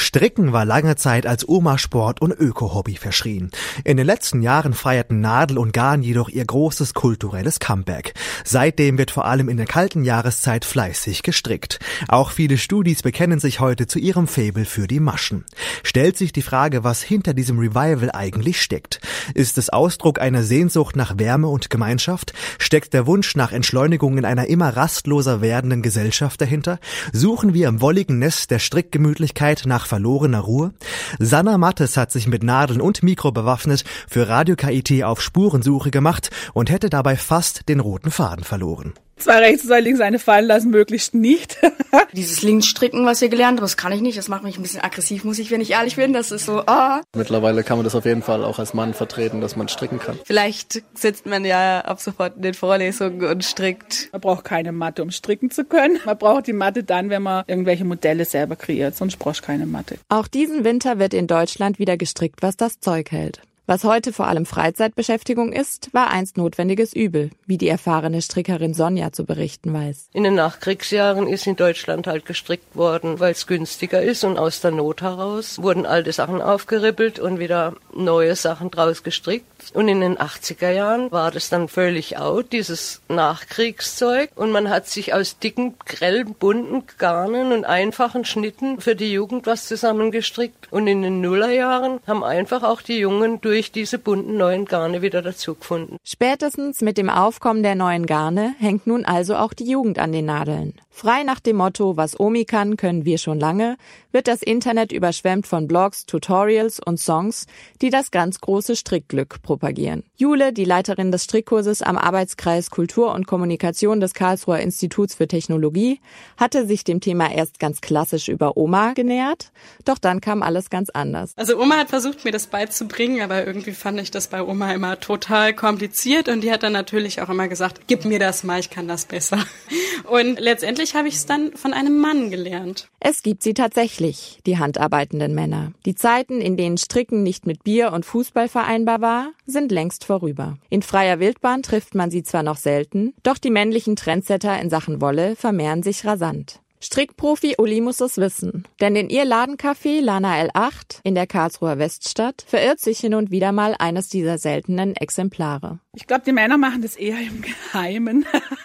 Stricken war lange Zeit als Omasport und Öko-Hobby verschrien. In den letzten Jahren feierten Nadel und Garn jedoch ihr großes kulturelles Comeback. Seitdem wird vor allem in der kalten Jahreszeit fleißig gestrickt. Auch viele Studis bekennen sich heute zu ihrem Faible für die Maschen. Stellt sich die Frage, was hinter diesem Revival eigentlich steckt. Ist es Ausdruck einer Sehnsucht nach Wärme und Gemeinschaft? Steckt der Wunsch nach Entschleunigung in einer immer rastloser werdenden Gesellschaft dahinter? Suchen wir im wolligen Nest der Strickgemütlichkeit nach verlorener Ruhe? Sanna Mattes hat sich mit Nadeln und Mikro bewaffnet, für Radio KIT auf Spurensuche gemacht und hätte dabei fast den roten Faden verloren. Zwei rechts, zwei links, eine fallen lassen, möglichst nicht. Dieses Linksstricken, was wir gelernt haben, das kann ich nicht. Das macht mich ein bisschen aggressiv, muss ich, wenn ich ehrlich bin. Das ist so, Mittlerweile kann man das auf jeden Fall auch als Mann vertreten, dass man stricken kann. Vielleicht sitzt man ja ab sofort in den Vorlesungen und strickt. Man braucht keine Matte, um stricken zu können. Man braucht die Matte dann, wenn man irgendwelche Modelle selber kreiert. Sonst brauchst du keine Matte. Auch diesen Winter wird in Deutschland wieder gestrickt, was das Zeug hält. Was heute vor allem Freizeitbeschäftigung ist, war einst notwendiges Übel, wie die erfahrene Strickerin Sonja zu berichten weiß. In den Nachkriegsjahren ist in Deutschland halt gestrickt worden, weil es günstiger ist, und aus der Not heraus wurden alte Sachen aufgerippelt und wieder neue Sachen draus gestrickt. Und in den 80er Jahren war das dann völlig out, dieses Nachkriegszeug, und man hat sich aus dicken, grellen, bunten Garnen und einfachen Schnitten für die Jugend was zusammengestrickt. Und in den Nullerjahren haben einfach auch die Jungen durch diese bunten neuen Garne wieder dazugefunden. Spätestens mit dem Aufkommen der neuen Garne hängt nun also auch die Jugend an den Nadeln. Frei nach dem Motto, was Omi kann, können wir schon lange, wird das Internet überschwemmt von Blogs, Tutorials und Songs, die das ganz große Strickglück propagieren. Jule, die Leiterin des Strickkurses am Arbeitskreis Kultur und Kommunikation des Karlsruher Instituts für Technologie, hatte sich dem Thema erst ganz klassisch über Oma genähert, doch dann kam alles ganz anders. Also Oma hat versucht, mir das beizubringen, aber irgendwie fand ich das bei Oma immer total kompliziert, und die hat dann natürlich auch immer gesagt, gib mir das mal, ich kann das besser. Und letztendlich habe ich es dann von einem Mann gelernt. Es gibt sie tatsächlich, die handarbeitenden Männer. Die Zeiten, in denen Stricken nicht mit Bier und Fußball vereinbar war, sind längst vorüber. In freier Wildbahn trifft man sie zwar noch selten, doch die männlichen Trendsetter in Sachen Wolle vermehren sich rasant. Strickprofi Uli muss es wissen, denn in ihr Ladencafé Lana L8 in der Karlsruher Weststadt verirrt sich hin und wieder mal eines dieser seltenen Exemplare. Ich glaube, die Männer machen das eher im Geheimen.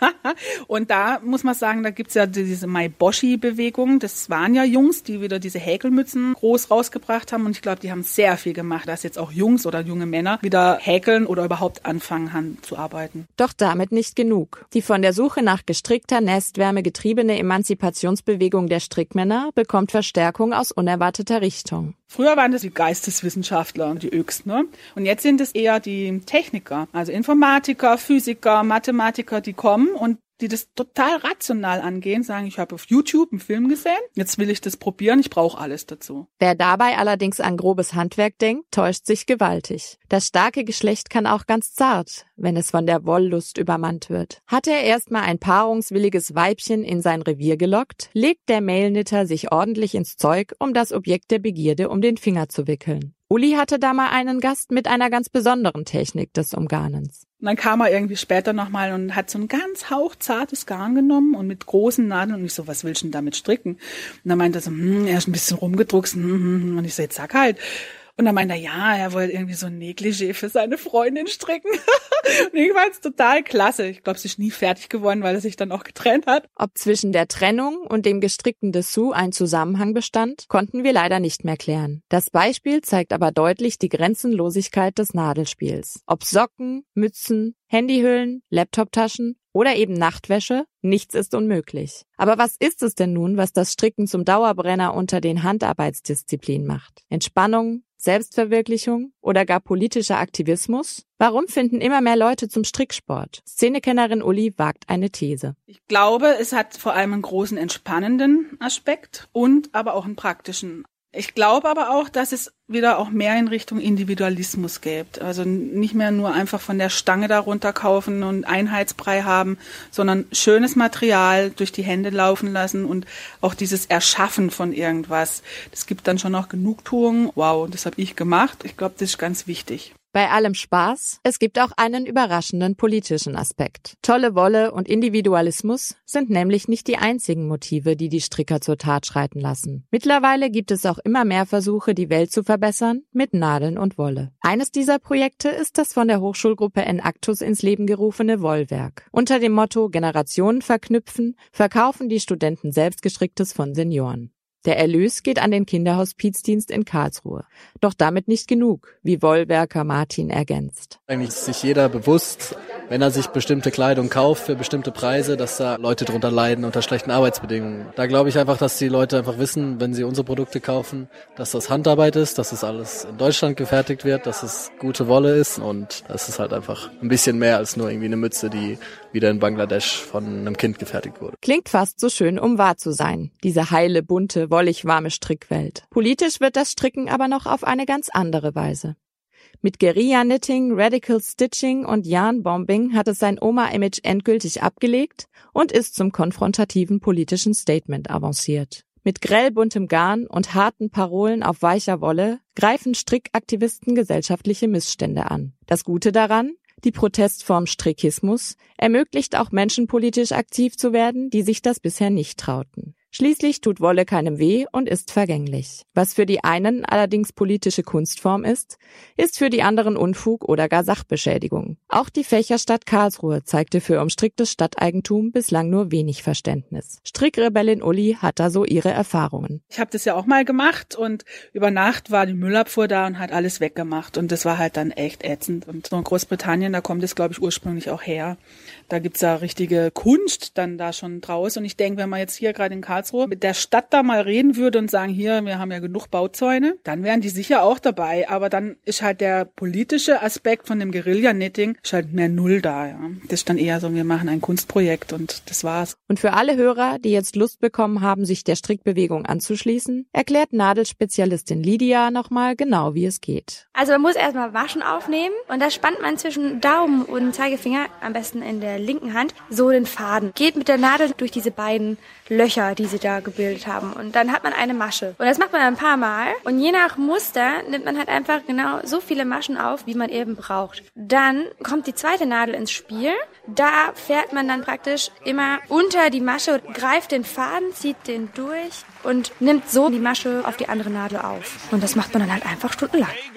Und da muss man sagen, da gibt's ja diese Mai-Boshi-Bewegung. Das waren ja Jungs, die wieder diese Häkelmützen groß rausgebracht haben. Und ich glaube, die haben sehr viel gemacht, dass jetzt auch Jungs oder junge Männer wieder häkeln oder überhaupt anfangen zu arbeiten. Doch damit nicht genug. Die von der Suche nach gestrickter Nestwärme getriebene Emanzipationsbewegung der Strickmänner bekommt Verstärkung aus unerwarteter Richtung. Früher waren das die Geisteswissenschaftler und die Öks, ne? Und jetzt sind es eher die Techniker, also Informatiker, Physiker, Mathematiker, die kommen und die das total rational angehen, sagen, ich habe auf YouTube einen Film gesehen, jetzt will ich das probieren, ich brauche alles dazu. Wer dabei allerdings an grobes Handwerk denkt, täuscht sich gewaltig. Das starke Geschlecht kann auch ganz zart, wenn es von der Wollust übermannt wird. Hat er erstmal ein paarungswilliges Weibchen in sein Revier gelockt, legt der Mailknitter sich ordentlich ins Zeug, um das Objekt der Begierde um den Finger zu wickeln. Uli hatte da mal einen Gast mit einer ganz besonderen Technik des Umgarnens. Und dann kam er irgendwie später nochmal und hat so ein ganz hauchzartes Garn genommen und mit großen Nadeln, und ich so, was willst du denn damit stricken? Und dann meinte er so, er ist ein bisschen rumgedruckst, und ich so, jetzt sag halt. Und dann meinte er, ja, er wollte irgendwie so ein Negligé für seine Freundin stricken. Und ich fand es total klasse. Ich glaube, sie ist nie fertig geworden, weil er sich dann auch getrennt hat. Ob zwischen der Trennung und dem gestrickten Dessous ein Zusammenhang bestand, konnten wir leider nicht mehr klären. Das Beispiel zeigt aber deutlich die Grenzenlosigkeit des Nadelspiels. Ob Socken, Mützen, Handyhüllen, Laptoptaschen oder eben Nachtwäsche, nichts ist unmöglich. Aber was ist es denn nun, was das Stricken zum Dauerbrenner unter den Handarbeitsdisziplinen macht? Entspannung, Selbstverwirklichung oder gar politischer Aktivismus? Warum finden immer mehr Leute zum Stricksport? Szenekennerin Uli wagt eine These. Ich glaube, es hat vor allem einen großen entspannenden Aspekt und aber auch einen praktischen. Ich glaube aber auch, dass es wieder auch mehr in Richtung Individualismus gibt. Also nicht mehr nur einfach von der Stange darunter kaufen und Einheitsbrei haben, sondern schönes Material durch die Hände laufen lassen und auch dieses Erschaffen von irgendwas. Das gibt dann schon noch Genugtuung. Wow, das habe ich gemacht. Ich glaube, das ist ganz wichtig. Bei allem Spaß, es gibt auch einen überraschenden politischen Aspekt. Tolle Wolle und Individualismus sind nämlich nicht die einzigen Motive, die die Stricker zur Tat schreiten lassen. Mittlerweile gibt es auch immer mehr Versuche, die Welt zu verbessern, mit Nadeln und Wolle. Eines dieser Projekte ist das von der Hochschulgruppe Enactus ins Leben gerufene Wollwerk. Unter dem Motto Generationen verknüpfen, verkaufen die Studenten Selbstgestricktes von Senioren. Der Erlös geht an den Kinderhospizdienst in Karlsruhe. Doch damit nicht genug, wie Wollwerker Martin ergänzt. Eigentlich ist sich jeder bewusst, wenn er sich bestimmte Kleidung kauft für bestimmte Preise, dass da Leute drunter leiden unter schlechten Arbeitsbedingungen. Da glaube ich einfach, dass die Leute einfach wissen, wenn sie unsere Produkte kaufen, dass das Handarbeit ist, dass es alles in Deutschland gefertigt wird, dass es gute Wolle ist und es ist halt einfach ein bisschen mehr als nur irgendwie eine Mütze, die wieder in Bangladesch von einem Kind gefertigt wurde. Klingt fast so schön, um wahr zu sein, diese heile, bunte, wollig warme Strickwelt. Politisch wird das Stricken aber noch auf eine ganz andere Weise. Mit Guerilla-Knitting, Radical Stitching und Yarn-Bombing hat es sein Oma-Image endgültig abgelegt und ist zum konfrontativen politischen Statement avanciert. Mit grellbuntem Garn und harten Parolen auf weicher Wolle greifen Strickaktivisten gesellschaftliche Missstände an. Das Gute daran? Die Protestform Strickismus ermöglicht auch Menschen politisch aktiv zu werden, die sich das bisher nicht trauten. Schließlich tut Wolle keinem weh und ist vergänglich. Was für die einen allerdings politische Kunstform ist für die anderen Unfug oder gar Sachbeschädigung. Auch die Fächerstadt Karlsruhe zeigte für umstricktes Stadteigentum bislang nur wenig Verständnis. Strickrebellin Uli hat da so ihre Erfahrungen. Ich habe das ja auch mal gemacht und über Nacht war die Müllabfuhr da und hat alles weggemacht und das war halt dann echt ätzend. Und so in Großbritannien, da kommt es glaube ich ursprünglich auch her. Da gibt's ja richtige Kunst dann da schon draus und ich denke, wenn man jetzt hier gerade in Karlsruhe mit der Stadt da mal reden würde und sagen, hier, wir haben ja genug Bauzäune, dann wären die sicher auch dabei. Aber dann ist halt der politische Aspekt von dem Guerilla-Knitting ist halt mehr null da. Ja. Das ist dann eher so, wir machen ein Kunstprojekt und das war's. Und für alle Hörer, die jetzt Lust bekommen haben, sich der Strickbewegung anzuschließen, erklärt Nadelspezialistin Lydia nochmal genau, wie es geht. Also man muss erstmal Maschen aufnehmen und da spannt man zwischen Daumen und Zeigefinger, am besten in der linken Hand, so den Faden. Geht mit der Nadel durch diese beiden Löcher, die sie da gebildet haben. Und dann hat man eine Masche. Und das macht man ein paar Mal. Und je nach Muster nimmt man halt einfach genau so viele Maschen auf, wie man eben braucht. Dann kommt die zweite Nadel ins Spiel. Da fährt man dann praktisch immer unter die Masche, greift den Faden, zieht den durch und nimmt so die Masche auf die andere Nadel auf. Und das macht man dann halt einfach stundenlang.